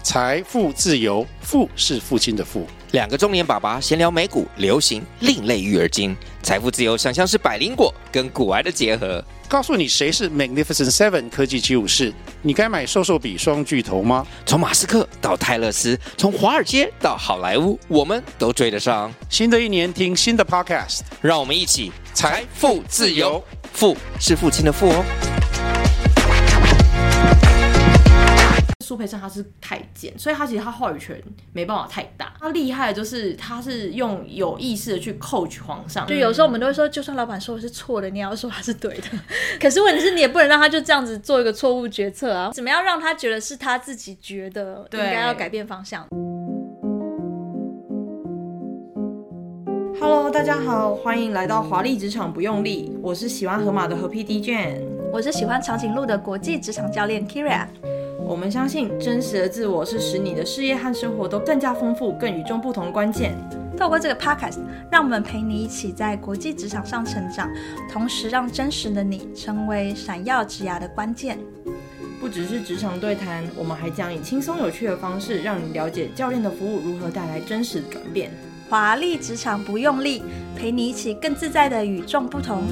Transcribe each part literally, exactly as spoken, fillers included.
财富自由，富是父亲的富。 两个中年爸爸闲聊美股、流行、另类育儿经，财富自由想象是百灵果跟股癌的结合。 告诉你谁是 Magnificent Seven 科技七武士，你该买瘦瘦比双巨头吗？ 从马斯克到泰勒斯，从华尔街到好莱坞，我们都追得上。 新的一年听新的 Podcast， 让我们一起财富自由， 富是父亲的富哦。 苏培盛他是太监，所以他其实他话语权没办法太大。他厉害的就是他是用有意识的去 coach 皇上， 就有时候我们都会说，就算老板说的是错的，你也要说他是对的。可是问题是你也不能让他就这样子做一个错误决策啊！怎么样让他觉得是他自己觉得应该要改变方向 ？Hello， 大家好，欢迎来到华丽职场不用力，我是喜欢河马的河 P D Jane， 我是喜欢长颈鹿的国际职场教练 Kira。 我们相信真实的自我是使你的事业和生活都更加丰富、更与众不同的关键。 透过这个 podcast， 让我们陪你一起在国际职场上成长，同时让真实的你成为闪耀职涯的关键。 不只是职场对谈，我们还将以轻松有趣的方式，让你了解教练的服务如何带来真实的转变。 华丽职场不用力，陪你一起更自在的与众不同。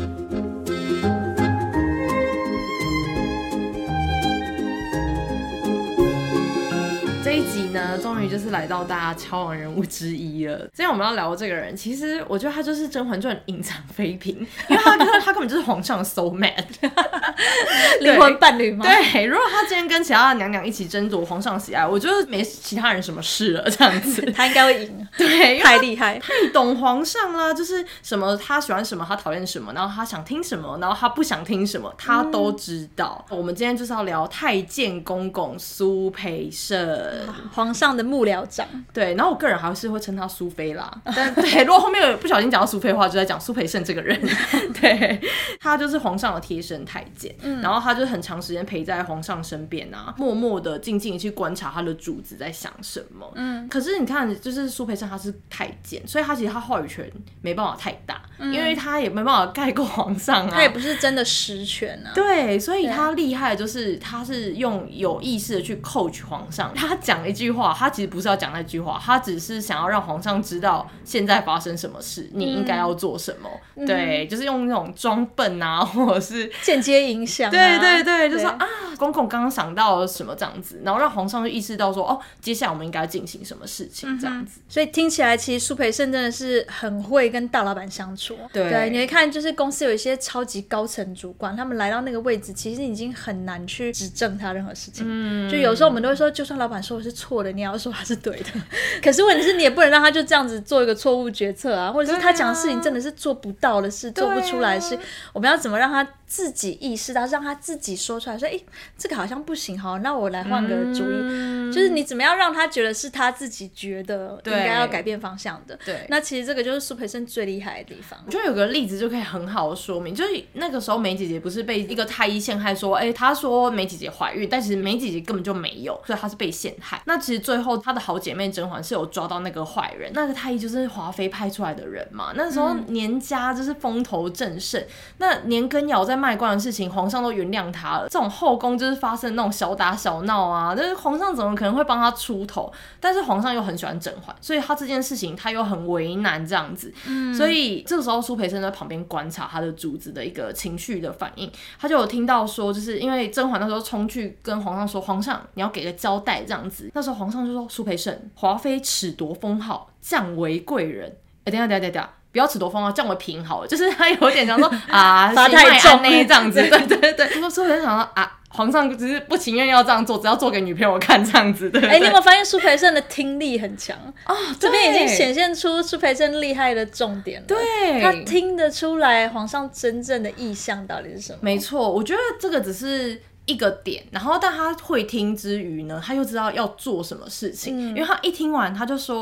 这一集呢，终于就是来到大家敲碗人物之一了。今天我们要聊的这个人，其实我觉得他就是《甄嬛传》隐藏妃嫔，因为他他根本就是皇上的 soul mate， 灵魂伴侣吗？ 对，如果他今天跟其他的娘娘一起争夺皇上喜爱，我觉得没其他人什么事了，这样子他应该会赢。 对， 太厉害， 太懂皇上啦，就是什么他喜欢什么，他讨厌什么，然后他想听什么，然后他不想听什么，他都知道。嗯、我们今天就是要聊太监公公苏培盛。 皇上的幕僚长， 对，然后我个人还是会称他苏菲啦，但对，如果后面有不小心讲到苏菲的话，就在讲苏培盛这个人，对，他就是皇上的贴身太监、嗯，然后他就很长时间陪在皇上身边啊，默默的、静静的去观察他的主子在想什么。嗯，可是你看，就是苏培盛他是太监，所以他其实他话语权没办法太大，嗯、因为他也没办法盖过皇上啊， 他也不是真的实权啊。 对，所以他厉害的就是他是用有意识的去 coach 皇上，他讲一句话，他其实不是要讲那句话，他只是想要让皇上知道现在发生什么事，你应该要做什么。嗯、对，就是用那种装笨啊，或者是间接影响、啊。 对对对，就说啊，公公刚刚想到了什么这样子，然后让皇上就意识到说，哦，接下来我们应该进行什么事情这样子。嗯、 所以听起来，其实苏培盛真的是很会跟大老板相处。 对， 对，你会看，就是公司有一些超级高层主管，他们来到那个位置，其实已经很难去指正他任何事情。嗯，就有时候我们都会说，就算老板说的是错的，你也要说他是对的。可是问题是你也不能让他就这样子做一个错误决策啊，或者是他讲的事情真的是做不到的事、啊、做不出来的事，我们要怎么让他自己意识到，让他自己说出来说，哎，这个好像不行，好，那我来换个主意、嗯、就是你怎么样让他觉得是他自己觉得应该要改变方向的。对，那其实这个就是苏培盛最厉害的地方。 我觉得有个例子就可以很好的说明，就是那个时候梅姐姐不是被一个太医陷害说，哎，她说梅姐姐怀孕，但其实梅姐姐根本就没有，所以她是被陷害。那其实最后她的好姐妹甄嬛是有抓到那个坏人，那个太医就是华妃派出来的人嘛。那时候年家就是风头正盛，嗯、那年羹尧在卖官的事情，皇上都原谅他了。这种后宫就是发生那种小打小闹啊，但是皇上怎么可能会帮他出头？但是皇上又很喜欢甄嬛，所以他这件事情他又很为难这样子。嗯、所以这个时候苏培盛在旁边观察他的主子的一个情绪的反应，他就有听到说，就是因为甄嬛那时候冲去跟皇上说，皇上你要给个交代这样子。那时候皇上就说，苏培盛，华妃褫夺封号，降为贵人。哎，等一下等一下等一下。不要褫夺封号，降为嫔好了，就是他有点想说啊， 发太重呢这样子，对对对。他说苏培盛想说啊，皇上只是不情愿要这样做，只要做给女朋友看这样子，对不对？ 哎，你有没有发现苏培盛的听力很强啊？这边已经显现出苏培盛厉害的重点了。 对， 他听得出来皇上真正的意向到底是什么？ 没错，我觉得这个只是一个点，然后但他会听之余呢，他又知道要做什么事情，嗯、因为他一听完他就说。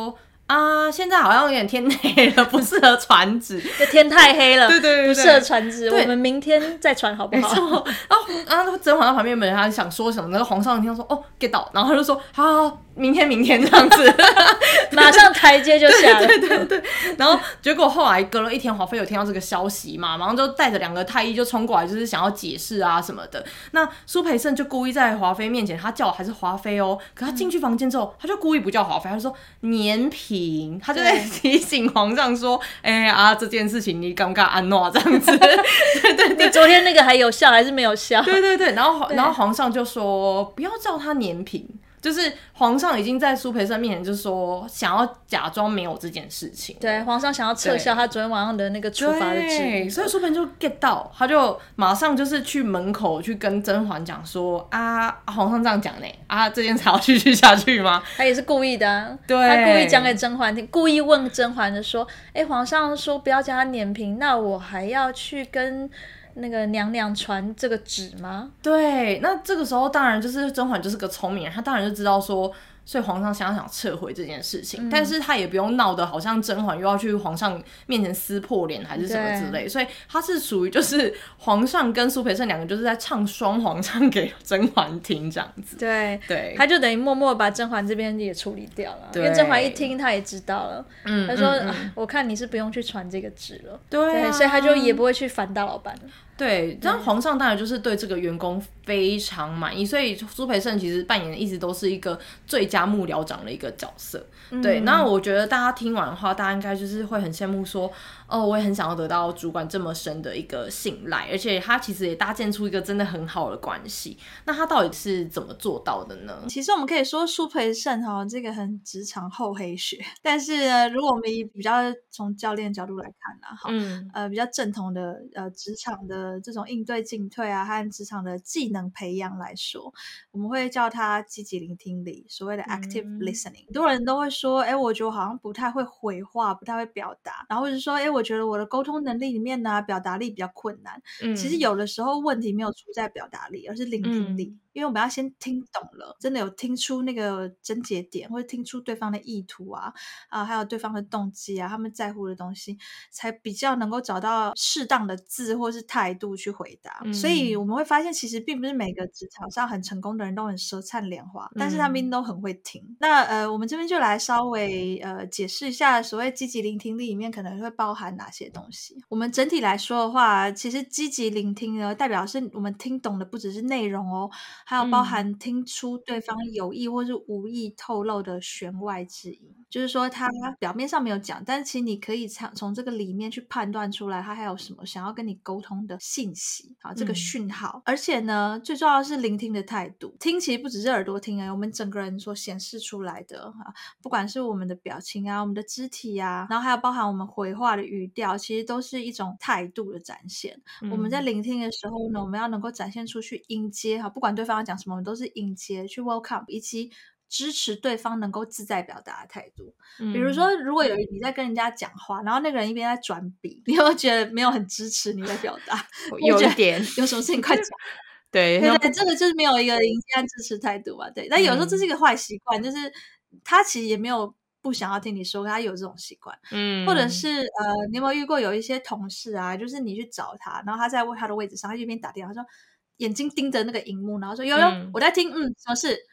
啊，现在好像有点天黑了，不适合传旨。 这天太黑了， 对对对对不适合传旨。我们明天再传好不好？ 然后，然后甄嬛在旁边本来他想说什么，那个皇上听到说哦 get 到，然后他就说好好好，明天明天这样子， 马上台阶就下了。 对对对对。然后结果后来隔了一天，华妃有听到这个消息嘛，马上就带着两个太医就冲过来，就是想要解释啊什么的。那苏培盛就故意在华妃面前，他叫还是华妃哦，可他进去房间之后，他就故意不叫华妃，他就说年嫔，他就在提醒皇上说，哎、欸、啊这件事情你敢不敢安诺这样子？对对对， 你昨天那个还有效还是没有效？ 对对对，然后然后皇上就说不要叫他年嫔。就是皇上已经在苏培盛面前就说想要假装没有这件事情， 对，皇上想要撤销他昨天晚上的那个处罚的制度， 所以苏培盛就 get 到，他就马上就是去门口去跟甄嬛讲说啊，皇上这样讲呢，啊这件事要继续下去吗？ 他也是故意的、啊， 对， 他故意讲给甄嬛听，故意问甄嬛的说，哎、欸，皇上说不要叫他年嫔，那我还要去跟那个娘娘传这个旨吗？ 对，那这个时候当然就是甄嬛就是个聪明人，她当然就知道说，所以皇上想想撤回这件事情、嗯，但是他也不用闹得好像甄嬛又要去皇上面前撕破脸还是什么之类，所以他是属于就是皇上跟苏培盛两个就是在唱双簧唱给甄嬛听这样子。 对对， 他就等于默默把甄嬛这边也处理掉了，因为甄嬛一听他也知道了，嗯，他说、嗯嗯啊、我看你是不用去传这个旨了， 对,、啊、 对，所以他就也不会去烦大老板了。 对，但皇上当然就是对这个员工非常满意，所以苏培盛其实扮演的一直都是一个最佳幕僚长的一个角色。嗯、对，那我觉得大家听完的话，大家应该就是会很羡慕说，哦，我也很想要得到主管这么深的一个信赖，而且他其实也搭建出一个真的很好的关系。那他到底是怎么做到的呢？ 其实我们可以说苏培盛哈，这个很职场厚黑学，但是呢，如果我们以比较从教练角度来看啊，哈、嗯，呃，比较正统的呃职场的这种应对进退啊，和职场的技能培养来说，我们会叫它积极聆听力，所谓的 active listening。很、嗯、多人都会说，哎，我觉得我好像不太会回话，不太会表达，然后或者说，哎，我觉得我的沟通能力里面呢，表达力比较困难。嗯，其实有的时候问题没有出在表达力，而是聆听力。嗯，因为我们要先听懂了，真的有听出那个症结点，或者听出对方的意图啊，啊，还有对方的动机啊，他们在乎的东西，才比较能够找到适当的字或是态度去回答。嗯，所以我们会发现，其实并不是每个职场上很成功的人都很舌灿莲花，但是他们都很会听。嗯，那呃，我们这边就来稍微呃解释一下，所谓积极聆听力里面可能会包含哪些东西。我们整体来说的话，其实积极聆听呢，代表是我们听懂的不只是内容哦，还有包含听出对方有意或是无意透露的弦外之音，嗯，就是说他表面上没有讲，但是其实你可以从这个里面去判断出来他还有什么想要跟你沟通的信息啊，这个讯号，嗯，而且呢最重要的是聆听的态度。听其实不只是耳朵听啊，我们整个人所显示出来的啊，不管是我们的表情啊，我们的肢体啊，然后还有包含我们回话的语调，其实都是一种态度的展现。嗯，我们在聆听的时候呢，我们要能够展现出去迎接哈，不管对方要讲什么，我们都是迎接去 welcome， 以及支持对方能够自在表达的态度。嗯，比如说如果有你在跟人家讲话，然后那个人一边在转笔，你有没有觉得没有很支持你在表达？ 有一点有什么事情快讲。 对对对，这个就是没有一个迎接和支持态度吧。对，但有时候这是一个坏习惯，嗯，就是他其实也没有不想要听你说，他有这种习惯。嗯，或者是呃，你有没有遇过有一些同事啊，就是你去找他，然后他在他的位置上，他一边打电话，他说眼睛盯着那个荧幕，然后说有有，嗯，我在听，嗯，什么事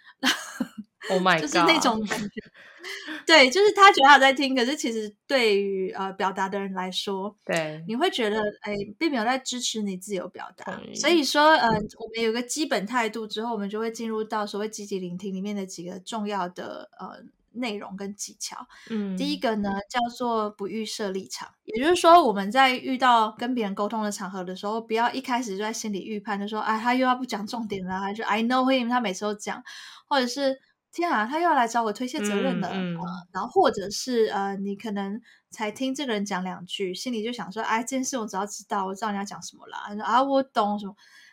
？Oh my god， 就是那种感觉。对，就是他觉得他在听，可是其实对于呃表达的人来说， 对， 你会觉得哎，并没有在支持你自由表达。所以说呃，我们有一个基本态度之后，我们就会进入到所谓积极聆听里面的几个重要的呃内容跟技巧。嗯，第一个呢叫做不预设立场，也就是说我们在遇到跟别人沟通的场合的时候，不要一开始就在心里预判，就说哎，他又要不讲重点了，还是 I know him， 他每次都讲，或者是天啊，他又要来找我推卸责任了。嗯嗯呃、然后或者是呃，你可能才听这个人讲两句，心里就想说，哎，这件事我只要知道，我知道你要讲什么啦。说啊，我懂什么。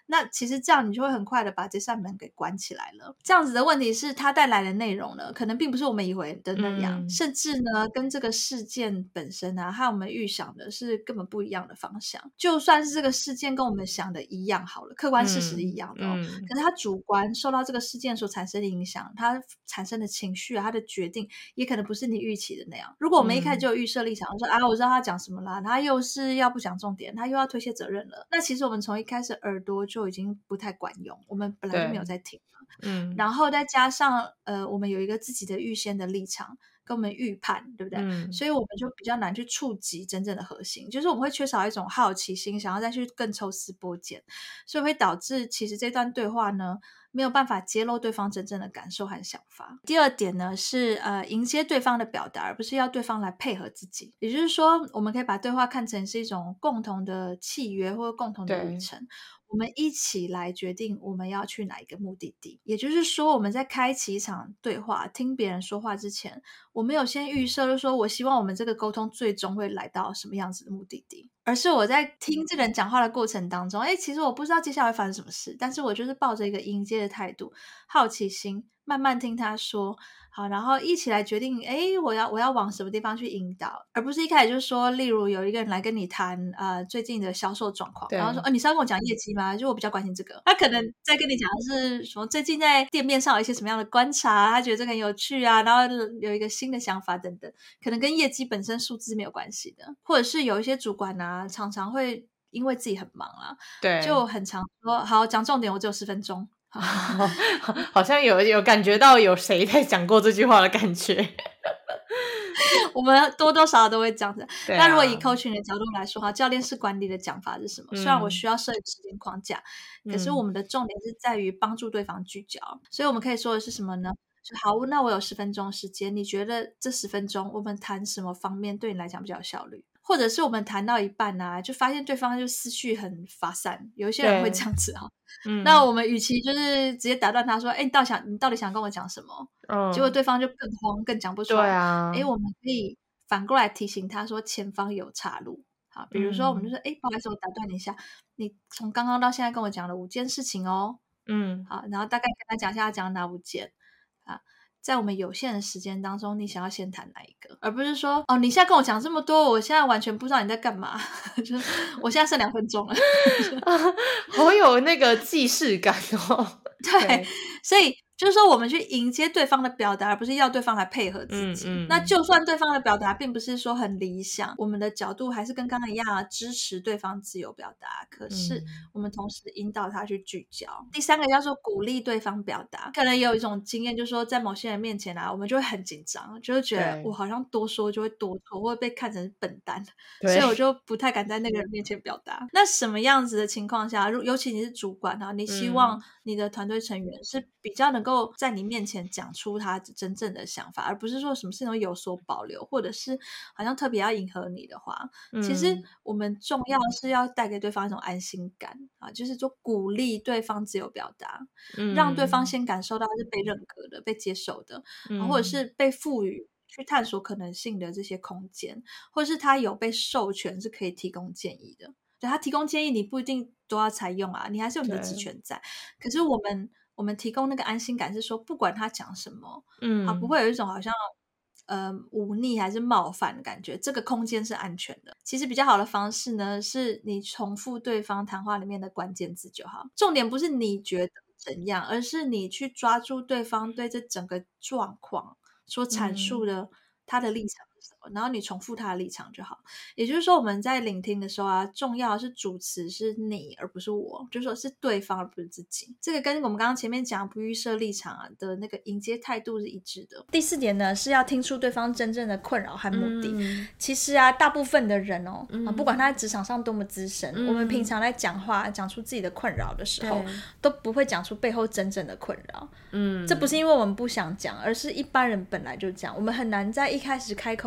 那其实这样你就会很快的把这扇门给关起来了。这样子的问题是它带来的内容呢，可能并不是我们以为的那样、嗯、甚至呢跟这个事件本身啊和我们预想的是根本不一样的方向。就算是这个事件跟我们想的一样好了，客观事实一样的、哦嗯嗯、可是它主观受到这个事件所产生的影响，它产生的情绪啊，它的决定也可能不是你预期的那样。如果我们一开始就有预设立场、嗯、说啊我知道他讲什么啦，他又是要不讲重点，他又要推卸责任了，那其实我们从一开始耳朵就已经不太管用，我们本来就没有在听了。嗯，然后再加上呃，我们有一个自己的预先的立场跟我们预判，对不对、嗯、所以我们就比较难去触及真正的核心，就是我们会缺少一种好奇心，想要再去更抽丝剥茧，所以会导致其实这段对话呢没有办法揭露对方真正的感受和想法。第二点呢是呃迎接对方的表达，而不是要对方来配合自己。也就是说我们可以把对话看成是一种共同的契约或者共同的旅程，我们一起来决定我们要去哪一个目的地。也就是说我们在开启一场对话听别人说话之前，我没有先预设就是说我希望我们这个沟通最终会来到什么样子的目的地，而是我在听这个人讲话的过程当中，诶其实我不知道接下来会发生什么事，但是我就是抱着一个迎接的态度，好奇心，慢慢听他说，好，然后一起来决定诶我要我要往什么地方去引导，而不是一开始就说例如有一个人来跟你谈呃最近的销售状况，然后说呃你是要跟我讲业绩吗？就我比较关心这个，他可能在跟你讲的是什么最近在店面上有一些什么样的观察，他觉得这个很有趣啊，然后有一个新的想法等等，可能跟业绩本身数字没有关系的。或者是有一些主管啊常常会因为自己很忙啊，对，就很常说好讲重点，我只有十分钟好像有有感觉到有谁在讲过这句话的感觉我们多多少少都会这样子、啊、那如果以 coaching 的角度来说，教练式管理的讲法是什么、嗯、虽然我需要设立时间框架、嗯、可是我们的重点是在于帮助对方聚焦、嗯、所以我们可以说的是什么呢？就好，那我有十分钟时间，你觉得这十分钟我们谈什么方面对你来讲比较有效率？或者是我们谈到一半啊，就发现对方就思绪很发散，有一些人会这样子哈、嗯。那我们与其就是直接打断他说，哎，你到底想你到底想跟我讲什么？嗯，结果对方就更慌，更讲不出来。对啊，哎，我们可以反过来提醒他说，前方有岔路。好，比如说我们就说，哎、嗯，不好意思，我打断你一下，你从刚刚到现在跟我讲了五件事情哦。嗯，好，然后大概跟他讲一下他讲哪五件啊。在我们有限的时间当中，你想要先谈哪一个，而不是说哦，你现在跟我讲这么多，我现在完全不知道你在干嘛就是我现在剩两分钟了好有那个既视感哦对, 对，所以就是说我们去迎接对方的表达，而不是要对方来配合自己、嗯嗯、那就算对方的表达并不是说很理想，我们的角度还是跟刚刚一样、啊、支持对方自由表达，可是我们同时引导他去聚焦、嗯、第三个叫做鼓励对方表达。可能也有一种经验就是说在某些人面前啊，我们就会很紧张，就会觉得我好像多说就会多错，或者被看成笨蛋，所以我就不太敢在那个人面前表达。那什么样子的情况下，尤其你是主管啊，你希望你的团队成员是比较能够在你面前讲出他真正的想法，而不是说什么事情都有所保留，或者是好像特别要迎合你的话、嗯、其实我们重要是要带给对方一种安心感啊，就是说鼓励对方自由表达、嗯、让对方先感受到是被认可的、被接受的、嗯、或者是被赋予去探索可能性的这些空间，或者是他有被授权是可以提供建议的。对，他提供建议你不一定都要采用啊，你还是有你的职权在，可是我们我们提供那个安心感是说不管他讲什么，嗯，啊，不会有一种好像呃忤逆还是冒犯的感觉，这个空间是安全的。其实比较好的方式呢，是你重复对方谈话里面的关键字就好，重点不是你觉得怎样，而是你去抓住对方对这整个状况所阐述的他的立场是什么、嗯、然后你重复他的立场就好。也就是说我们在聆听的时候啊，重要的是主词是你而不是我，就是说是对方而不是自己。这个跟我们刚刚前面讲不预设立场、啊、的那个迎接态度是一致的。第四点呢，是要听出对方真正的困扰和目的、嗯、其实啊大部分的人哦、嗯啊、不管他在职场上多么资深、嗯、我们平常在讲话讲出自己的困扰的时候都不会讲出背后真正的困扰。嗯，这不是因为我们不想讲，而是一般人本来就讲，我们很难在一开始开口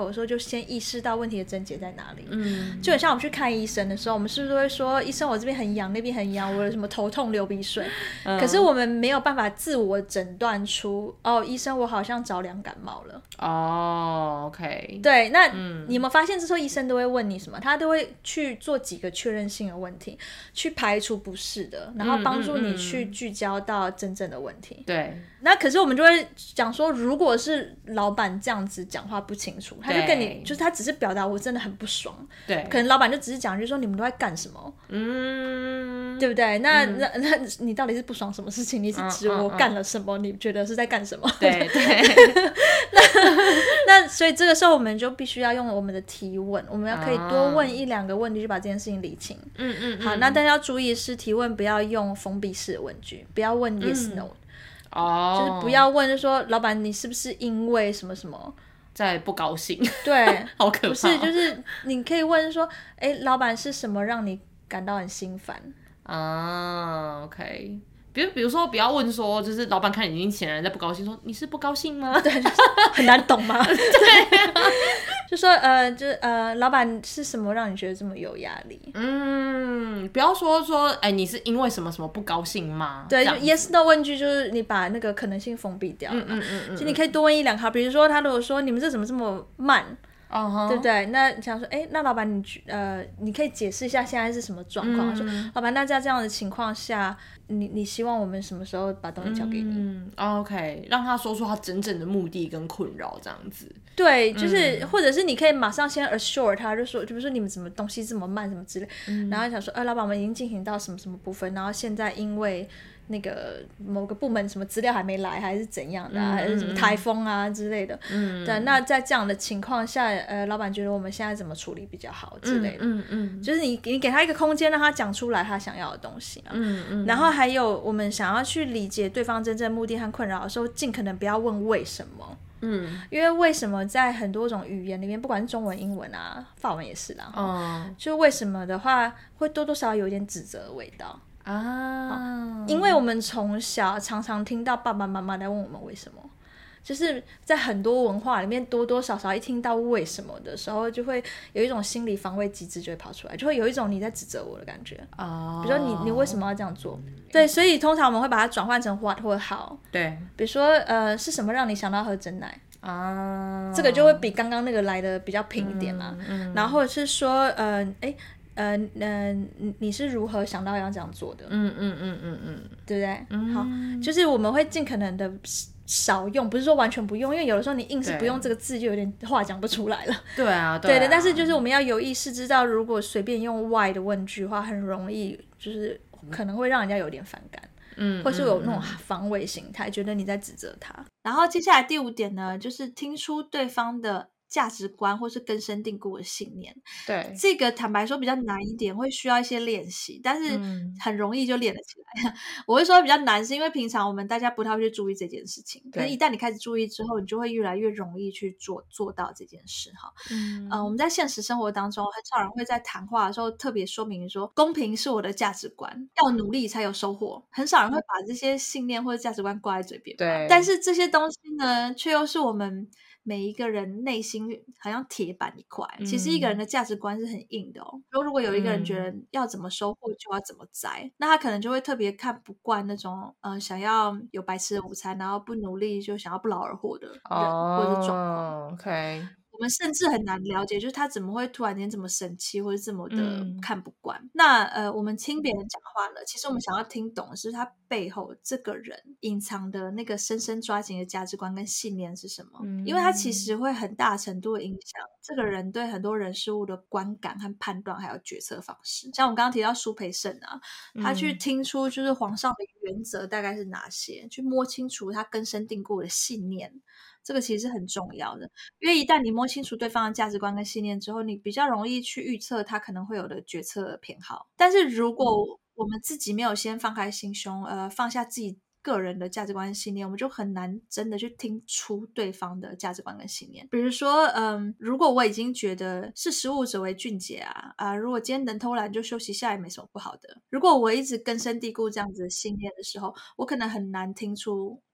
口的时候就先意识到问题的症结在哪里。嗯，就很像我们去看医生的时候，我们是不是会说医生我这边很痒那边很痒，我有什么头痛流鼻水、嗯、可是我们没有办法自我诊断出哦医生我好像着凉感冒了。 哦 OK 对，那、嗯、你有没有发现这时候医生都会问你什么，他都会去做几个确认性的问题去排除不是的，然后帮助你去聚焦到真正的问题、嗯嗯嗯、 对， 那可是我们就会讲说如果是老板这样子讲话不清楚，他就跟你就是他只是表达我真的很不爽， 对， 可能老板就只是讲就是说你们都在干什么，嗯，对不对？那、嗯、那那你到底是不爽什么事情？你是指我干了什么、嗯嗯嗯、你觉得是在干什么？ 对对那那所以这个时候我们就必须要用我们的提问，我们要可以多问一两个问题去把这件事情理清。嗯嗯, 嗯好，那大家要注意是提问不要用封闭式的问句，不要问 yes no、嗯、哦，就是不要问就说老板你是不是因为什么什么在不高兴， 对好可怕， 不是就是你可以问说哎，老板是什么让你感到很心烦啊 OK，比如比如说不要问说就是老板看你已经显然在不高兴，说你是不高兴吗？ 对，就是很难懂吗？对、啊、就说呃就是呃老板是什么让你觉得这么有压力？ 嗯，不要说说哎你是因为什么什么不高兴吗？ 对，就 yes no 问句就是你把那个可能性封闭掉了。嗯嗯嗯嗯，就你可以多问一两条，比如说他如果说你们这怎么这么慢Uh-huh. 对不对？那想说哎，那老板你呃，你可以解释一下现在是什么状况、嗯、说老板那在这样的情况下你你希望我们什么时候把东西交给你、 嗯、OK， 让他说出他真正的目的跟困扰这样子。 对，就是、嗯、或者是你可以马上先 assure 他，就说就比如说你们怎么东西这么慢什么之类、嗯、然后想说哎，老板我们已经进行到什么什么部分，然后现在因为那个某个部门什么资料还没来还是怎样的、啊嗯、还是什么台风啊之类的、嗯、对，那在这样的情况下呃，老板觉得我们现在怎么处理比较好之类的，嗯嗯嗯，就是你你给他一个空间让他讲出来他想要的东西、啊、嗯嗯，然后还有我们想要去理解对方真正目的和困扰的时候尽可能不要问为什么，嗯，因为为什么在很多种语言里面不管是中文英文啊法文也是啦、嗯、就为什么的话会多多少少有点指责的味道啊，因为我们从小常常听到爸爸妈妈在问我们为什么，就是在很多文化里面多多少少一听到为什么的时候就会有一种心理防卫机制就会跑出来，就会有一种你在指责我的感觉啊，比如说你你为什么要这样做，对，所以通常我们会把它转换成 what 或 how， 对，比如说呃是什么让你想到喝真奶啊，这个就会比刚刚那个来的比较平一点嘛、嗯嗯、然后或者是说呃哎呃呃，你是如何想到要这样做的？嗯嗯嗯嗯嗯，对不对？嗯，好，就是我们会尽可能的少用，不是说完全不用，因为有的时候你硬是不用这个字，就有点话讲不出来了。 对啊，对啊， 对的。但是就是我们要有意识知道，如果随便用 why 的问句的话，很容易就是可能会让人家有点反感。嗯，或是有那种防卫心态、嗯、觉得你在指责他。 然后接下来第五点呢，就是听出对方的价值观或是根深蒂固的信念。对，这个坦白说比较难一点，会需要一些练习，但是很容易就练了起来、嗯、我会说比较难是因为平常我们大家不太会去注意这件事情，可是一旦你开始注意之后，你就会越来越容易去做做到这件事哈。嗯、呃，我们在现实生活当中很少人会在谈话的时候特别说明说公平是我的价值观，要努力才有收获，很少人会把这些信念或者价值观挂在嘴边。对，但是这些东西呢却又是我们每一个人内心好像铁板一块、嗯、其实一个人的价值观是很硬的哦。如果有一个人觉得要怎么收获就要怎么栽、嗯、那他可能就会特别看不惯那种呃想要有白吃的午餐，然后不努力就想要不劳而获的人、哦、或者是状况。 OK，我们甚至很难了解就是他怎么会突然间这么生气或者这么的看不惯、嗯、那呃，我们听别人讲话呢，其实我们想要听懂的是他背后这个人隐藏的那个深深抓紧的价值观跟信念是什么、嗯、因为他其实会很大程度的影响这个人对很多人事物的观感和判断还有决策方式。像我们刚刚提到苏培盛啊，他去听出就是皇上的原则大概是哪些、嗯、去摸清楚他根深蒂固的信念，这个其实是很重要的，因为一旦你摸清楚对方的价值观跟信念之后，你比较容易去预测他可能会有的决策偏好。但是如果我们自己没有先放开心胸，呃，放下自己个人的价值观跟信念，我们就很难真的去听出对方的价值观跟信念。比如说嗯，如果我已经觉得识时务者为俊杰啊啊，如果今天能偷懒就休息下也没什么不好的，如果我一直根深蒂固这样子的信念的时候，我可能很难听出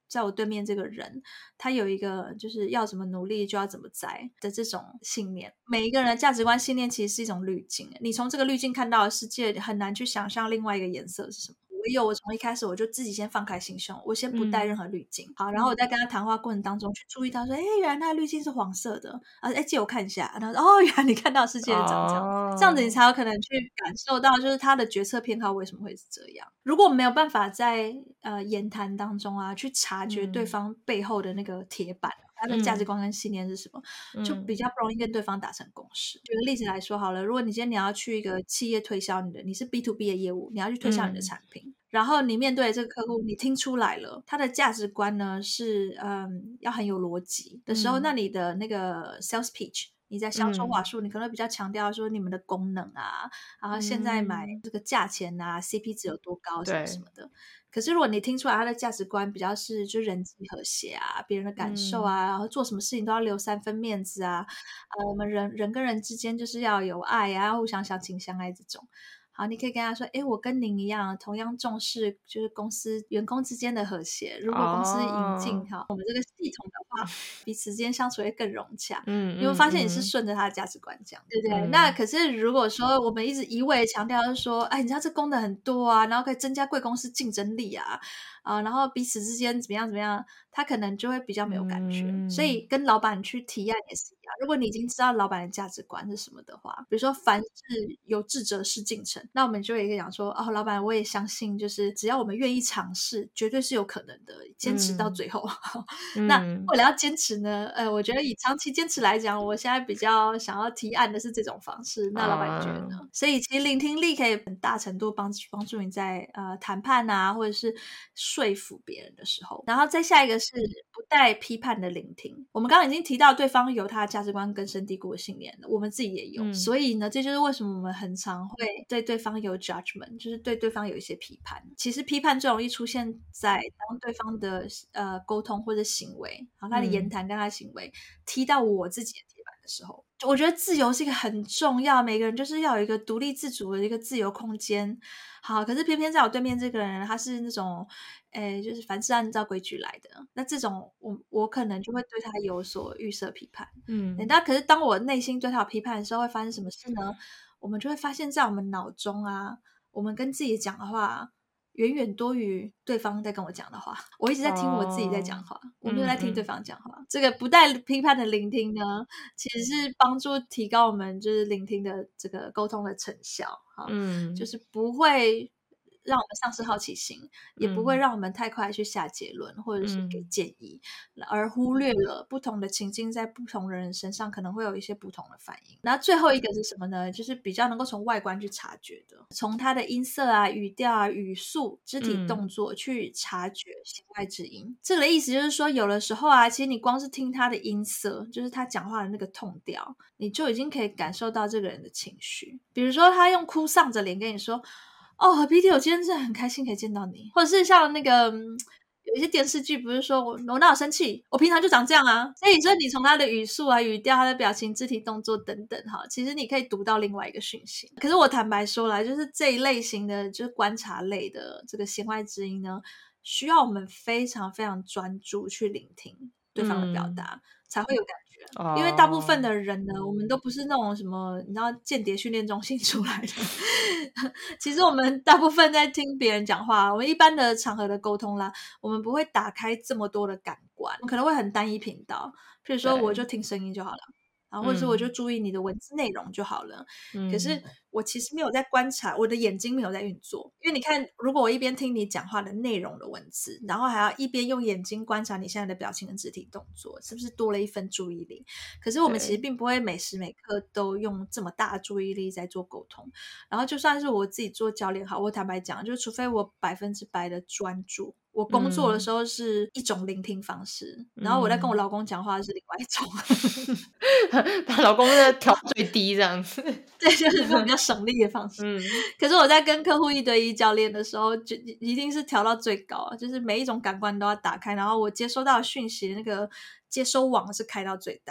在我对面这个人他有一个就是要怎么努力就要怎么栽的这种信念。每一个人的价值观信念其实是一种滤镜，你从这个滤镜看到的世界很难去想象另外一个颜色是什么。唯有我从一开始我就自己先放开心胸，我先不带任何滤镜、嗯、好，然后我在跟他谈话过程当中去注意到说，哎，原来他的滤镜是黄色的，啊，哎，借我看一下，然后哦，原来你看到的世界是长这样、哦、这样子你才有可能去感受到就是他的决策偏好为什么会是这样。如果没有办法在呃言谈当中啊去察觉对方背后的那个铁板、嗯，他的价值观跟信念是什么、嗯、就比较不容易跟对方达成共识。举个例子来说好了，如果你今天你要去一个企业推销你的，你是 B to B 的业务，你要去推销你的产品、嗯，然后你面对的这个客户你听出来了他的价值观呢是嗯要很有逻辑的时候、嗯、那你的那个 sales pitch，你在销售话术、嗯、你可能比较强调说你们的功能啊，然后现在买这个价钱啊、嗯、C P 值有多高什么什么的。可是如果你听出来他的价值观比较是就人际和谐啊，别人的感受啊、嗯、然后做什么事情都要留三分面子啊，呃，我们人人跟人之间就是要有爱啊，互相相亲相爱这种。好，你可以跟他说，诶，我跟您一样同样重视就是公司员工之间的和谐，如果公司引进、oh. 我们这个系统的话，彼此之间相处会更融洽。嗯，你会发现你是顺着他的价值观讲、嗯、对不对、嗯、那可是如果说我们一直一味强调就是说，哎，你知道这功能很多啊，然后可以增加贵公司竞争力啊，啊，然后彼此之间怎么样怎么样，他可能就会比较没有感觉、嗯、所以跟老板去提案也是一样，如果你已经知道老板的价值观是什么的话，比如说凡事有志者事竟成，那我们就会讲说，哦，老板我也相信就是只要我们愿意尝试绝对是有可能的，坚持到最后、嗯、那为了要坚持呢呃，我觉得以长期坚持来讲，我现在比较想要提案的是这种方式，那老板你觉得呢、啊、所以其实聆听力可以很大程度帮帮助你在呃谈判啊或者是说服别人的时候。然后再下一个是不带批判的聆听。我们刚刚已经提到对方有他的价值观根深蒂固的信念，我们自己也有、嗯、所以呢这就是为什么我们很常会对对方有 judgment， 就是对对方有一些批判。其实批判最容易出现在当对方的呃沟通或者行为，然后他的言谈跟他的行为、嗯、踢到我自己的铁板的时候。我觉得自由是一个很重要，每个人就是要有一个独立自主的一个自由空间。好，可是偏偏在我对面这个人他是那种诶，就是凡事按照规矩来的，那这种我我可能就会对他有所预设批判。嗯，那可是当我内心对他有批判的时候会发生什么事呢？我们就会发现在我们脑中啊，我们跟自己讲的话远远多于对方在跟我讲的话。我一直在听我自己在讲话、哦、我没有在听对方讲话、嗯嗯、这个不带批判的聆听呢，其实是帮助提高我们就是聆听的这个沟通的成效。嗯，就是不会让我们丧失好奇心、嗯、也不会让我们太快去下结论或者是给建议、嗯、而忽略了不同的情境在不同的人身上可能会有一些不同的反应。那最后一个是什么呢？就是比较能够从外观去察觉的，从他的音色啊、语调啊、语速、肢体动作去察觉弦外之音、嗯、这个意思就是说有的时候啊，其实你光是听他的音色，就是他讲话的那个痛调，你就已经可以感受到这个人的情绪。比如说他用哭丧着脸跟你说，哦 B T 我今天真的很开心可以见到你，或者是像那个、嗯、有一些电视剧不是说我我哪有生气，我平常就长这样啊。所以说你从他的语速啊、语调、他的表情、肢体动作等等哈，其实你可以读到另外一个讯息。可是我坦白说来，就是这一类型的就是观察类的这个弦外之音呢，需要我们非常非常专注去聆听对方的表达、嗯、才会有感觉。因为大部分的人呢，我们都不是那种什么你知道间谍训练中心出来的其实我们大部分在听别人讲话，我们一般的场合的沟通啦，我们不会打开这么多的感官，可能会很单一频道，譬如说我就听声音就好了，然后或者是我就注意你的文字内容就好了、嗯、可是我其实没有在观察，我的眼睛没有在运作。因为你看，如果我一边听你讲话的内容的文字，然后还要一边用眼睛观察你现在的表情跟肢体动作，是不是多了一份注意力？可是我们其实并不会每时每刻都用这么大的注意力在做沟通。然后就算是我自己做教练好，我坦白讲，就除非我百分之百的专注，我工作的时候是一种聆听方式、嗯、然后我在跟我老公讲话是另外一种把老公的调最低这样子对，就是比较省力的方式、嗯、可是我在跟客户一对一教练的时候就一定是调到最高，就是每一种感官都要打开，然后我接收到的讯息那个接收网是开到最大的。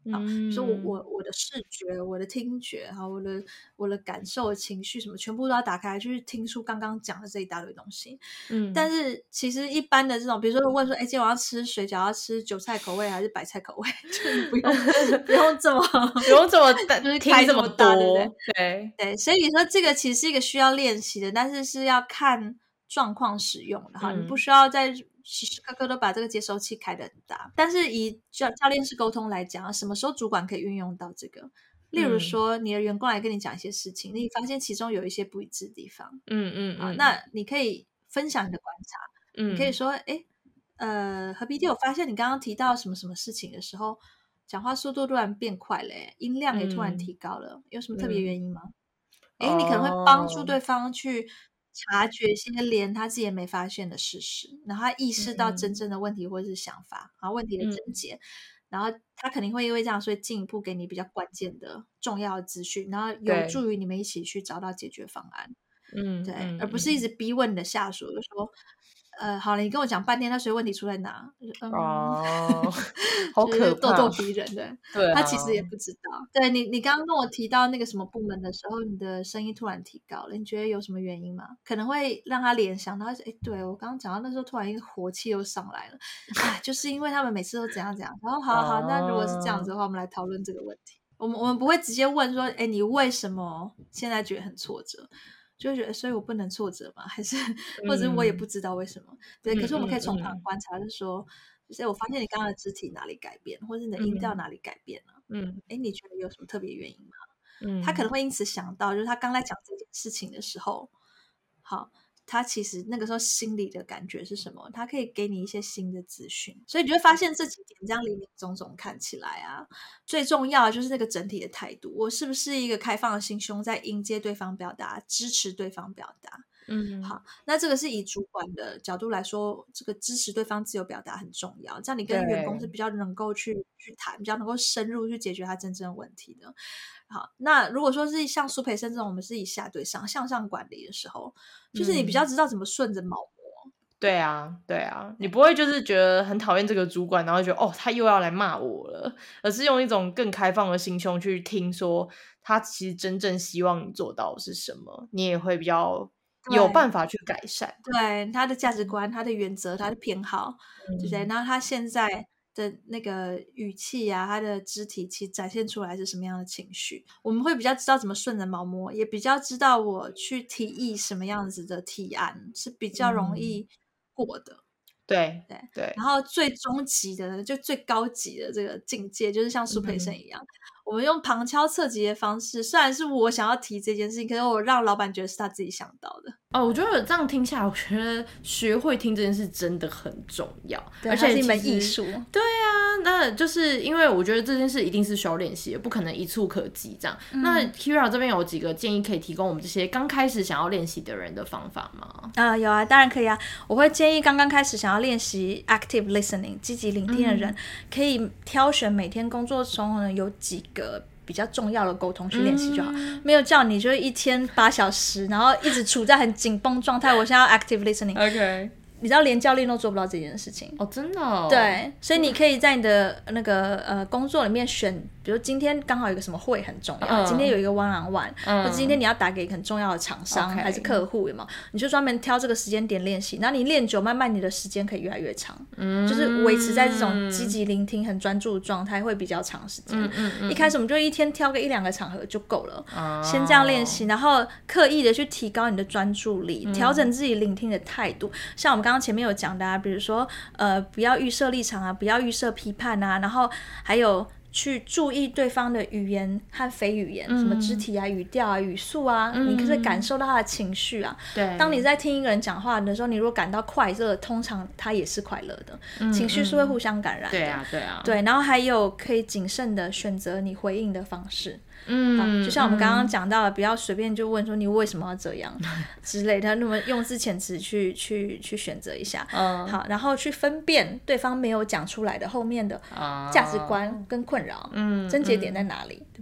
好，比如说我我我的视觉、我的听觉，好，我的我的感受、情绪什么，全部都要打开，就是听出刚刚讲的这一大堆东西。嗯，但是其实一般的这种，比如说问说，哎，今天我要吃水饺，要吃韭菜口味还是白菜口味，就是不用不用这么不用这么就是开这么大，对不对？ 对对，所以你说这个其实是一个需要练习的，但是是要看状况使用的哈，嗯、你不需要在时时刻刻都把这个接收器开得很大。但是以教教练式沟通来讲，什么时候主管可以运用到这个？例如说，你的员工来跟你讲一些事情，嗯、你发现其中有一些不一致的地方，嗯嗯啊，那你可以分享你的观察，嗯，你可以说，哎，呃，何必弟，我发现你刚刚提到什么什么事情的时候，讲话速度突然变快了，音量也突然提高了，嗯、有什么特别原因吗？哎、嗯，你可能会帮助对方去察觉一些连他自己也没发现的事实，然后他意识到真正的问题或者是想法，然后问题的症结，嗯、然后他肯定会因为这样，所以进一步给你比较关键的重要的资讯，然后有助于你们一起去找到解决方案。嗯，对，嗯、而不是一直逼问你的下属，就说。呃，好了，你跟我讲半天，他所以问题出在哪？嗯、 哦，好可怕， 咄咄逼人的， 对、啊， 他其实也不知道。对你，你刚刚跟我提到那个什么部门的时候，你的声音突然提高了，你觉得有什么原因吗？可能会让他联想到，哎，对我刚刚讲到那时候，突然一个火气又上来了，哎，就是因为他们每次都怎样怎样。然后，好好，那如果是这样子的话，我们来讨论这个问题。我们我们不会直接问说，哎，你为什么现在觉得很挫折？就会觉得，所以我不能挫折吗？还是或者我也不知道为什么？嗯、对，可是我们可以从旁观察，就是说，就是我发现你刚刚的肢体哪里改变，或者你的音调哪里改变了。嗯，哎，你觉得有什么特别原因吗？嗯，他可能会因此想到，就是他刚才讲这件事情的时候，好。他其实那个时候心里的感觉是什么？他可以给你一些新的资讯，所以你就会发现这几点这样林林总总看起来啊，最重要的就是那个整体的态度，我是不是一个开放的心胸，在迎接对方表达，支持对方表达。嗯，好，那这个是以主管的角度来说，这个支持对方自由表达很重要，这样你跟员工是比较能够去去谈，比较能够深入去解决他真正的问题的。好，那如果说是像苏培生这种，我们是以下对上向上管理的时候，就是你比较知道怎么顺着毛摸。 嗯、对啊，对啊，你不会就是觉得很讨厌这个主管，然后觉得哦，他又要来骂我了，而是用一种更开放的心胸去听说他其实真正希望你做到的是什么，你也会比较有办法去改善。 对，他的价值观、他的原则、他的偏好，嗯、对不对？然后他现在的那个语气啊，他的肢体其实展现出来是什么样的情绪，我们会比较知道怎么顺着毛摸，也比较知道我去提议什么样子的提案是比较容易过的。嗯、 对对对， 然后最终极的就最高级的这个境界，就是像苏培生一样。嗯，我们用旁敲侧击的方式，虽然是我想要提这件事情，可是我让老板觉得是他自己想到的。 哦，我觉得这样听下来，我觉得学会听这件事真的很重要， 而且是一门艺术。 对啊，那就是因为我觉得这件事一定是需要练习的，不可能一触可及这样。嗯、那 Kyria 这边有几个建议可以提供我们这些刚开始想要练习的人的方法吗？ 啊、呃，有啊，当然可以啊。我会建议刚刚开始想要练习 active listening 积极聆听的人，嗯、可以挑选每天工作中呢有几个比较重要的沟通去练习就好，嗯、没有叫你就是一天八小时，然后一直处在很紧绷状态。我现在要 active listening。OK。你知道连教练都做不到这件事情哦，真的哦。 对，所以你可以在你的那个呃工作里面选，比如今天刚好有一个什么会很重要，嗯、今天有一个 one on one，嗯、或者今天你要打给很重要的厂商、okay. 还是客户，有没有？你就专门挑这个时间点练习，然后你练久，慢慢你的时间可以越来越长，嗯、就是维持在这种积极聆听、很专注的状态会比较长时间。嗯嗯嗯、一开始我们就一天挑个一两个场合就够了，哦、先这样练习，然后刻意的去提高你的专注力，调整自己聆听的态度，像我们刚刚前面有讲的啊，比如说呃不要预设立场啊，不要预设批判啊，然后还有去注意对方的语言和非语言，嗯、什么肢体啊、语调啊、语速啊，嗯、你可以感受到他的情绪啊。对，当你在听一个人讲话的时候，你如果感到快乐，通常他也是快乐的，嗯、情绪是会互相感染的。对啊，对啊。对，然后还有可以谨慎的选择你回应的方式。嗯，就像我们刚刚讲到的，不要随便就问说你为什么要这样之类的，那么用字遣词去去去选择一下，嗯、好，然后去分辨对方没有讲出来的后面的价值观跟困扰，嗯，症结点在哪里，嗯、对不对？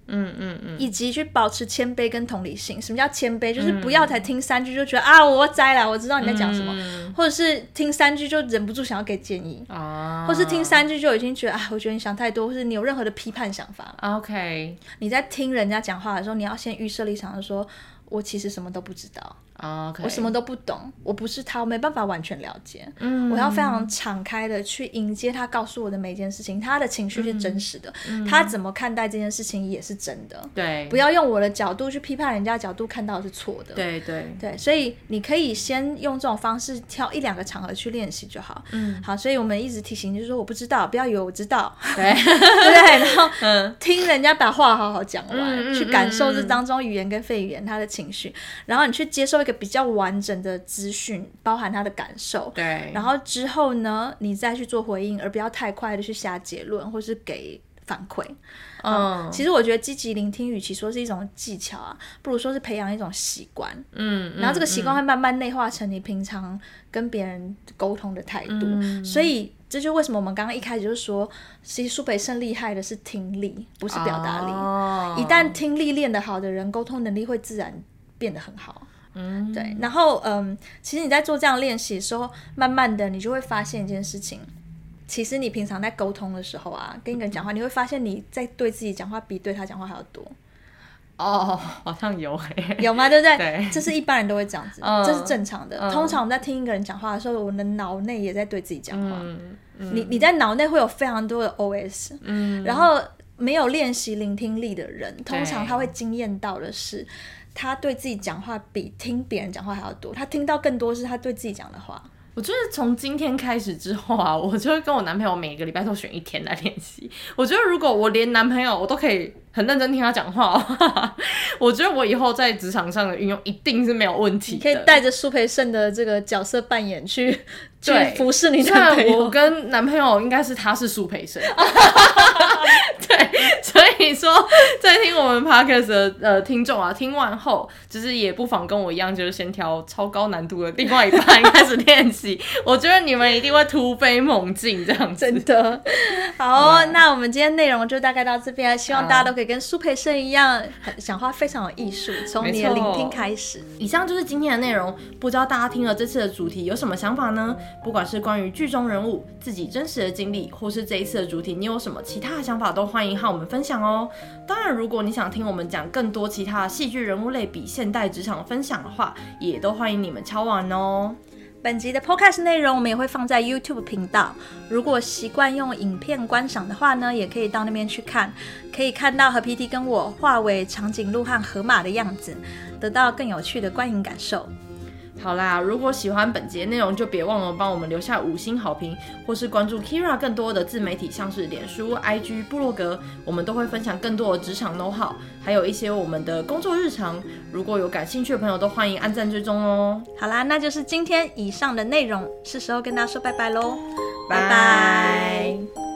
嗯嗯嗯， 以及去保持谦卑跟同理心。什么叫谦卑？就是不要才听三句就觉得、嗯、啊我栽了，我知道你在讲什么、嗯，或者是听三句就忍不住想要给建议啊，或是听三句就已经觉得啊我觉得你想太多，或是你有任何的批判想法。 OK， 你在听人家讲话的时候，你要先预设立场的说，我其实什么都不知道。 Okay. 我什么都不懂，我不是他，我没办法完全了解、嗯、我要非常敞开的去迎接他告诉我的每一件事情，他的情绪是真实的、嗯、他怎么看待这件事情也是真的， 对， 不要用我的角度去批判人家的角度看到的是错的， 对对对，所以你可以先用这种方式挑一两个场合去练习就好。嗯，好，所以我们一直提醒就是说我不知道，不要以为我知道，对对不对？然后、嗯、听人家把话好好讲完、嗯、去感受这当中语言跟非语言他的情绪，然后你去接受一个比较完整的资讯，包含他的感受， 对， 然后之后呢你再去做回应，而不要太快的去下结论或是给反馈。嗯, 嗯，其实我觉得积极聆听与其说是一种技巧啊，不如说是培养一种习惯。嗯，然后这个习惯会慢慢内化成你平常跟别人沟通的态度、嗯、所以这就为什么我们刚刚一开始就说其实苏培盛厉害的是听力，不是表达力、哦、一旦听力练得好的人，沟通能力会自然变得很好。嗯，对，然后嗯，其实你在做这样练习的时候，慢慢的你就会发现一件事情，其实你平常在沟通的时候啊，跟一个人讲话，你会发现你在对自己讲话比对他讲话还要多。 哦，好像有诶， 有吗？对不对？ 对， 这是一般人都会这样子、嗯、这是正常的、嗯、通常我们在听一个人讲话的时候，我的脑内也在对自己讲话、嗯嗯、你, 你在脑内会有非常多的 O S、嗯、然后没有练习聆听力的人，通常他会惊艳到的是他对自己讲话比听别人讲话还要多，他听到更多是他对自己讲的话。 我觉得从今天开始之后啊，我就会跟我男朋友每个礼拜都选一天来练习。我觉得如果我连男朋友我都可以很认真听他讲话、哦、我觉得我以后在职场上的运用一定是没有问题的。 你可以带着苏培盛的这个角色扮演去去服侍你男朋友。 我跟男朋友应该是他是苏培盛对，所以说在听我们 podcast 的、呃、听众啊，听完后就是也不妨跟我一样，就是先挑超高难度的另外一半开始练习我觉得你们一定会突飞猛进这样子。 真的好、哦、那我们今天内容就大概到这边，希望大家都可以跟苏培盛一样讲话非常有艺术，从你的聆听开始。 以上就是今天的内容，不知道大家听了这次的主题有什么想法呢？不管是关于剧中人物自己真实的经历，或是这一次的主题你有什么其他的想法，都欢迎和我们分享哦。当然如果你想听我们讲更多其他戏剧人物类比现代职场分享的话，也都欢迎你们敲碗哦。 本集的 podcast 内容我们也会放在 YouTube 频道，如果习惯用影片观赏的话呢，也可以到那边去看，可以看到河 P T 跟我化为长颈鹿和河马的样子，得到更有趣的观影感受。 好啦，如果喜欢本节内容，就别忘了帮我们留下五星好评，或是关注 Keira 更多的自媒体，像是脸书、I G、部落格，我们都会分享更多的职场 know how， 还有一些我们的工作日常。如果有感兴趣的朋友，都欢迎按赞追踪哦。 好啦，那就是今天以上的内容，是时候跟大家说拜拜咯，拜拜。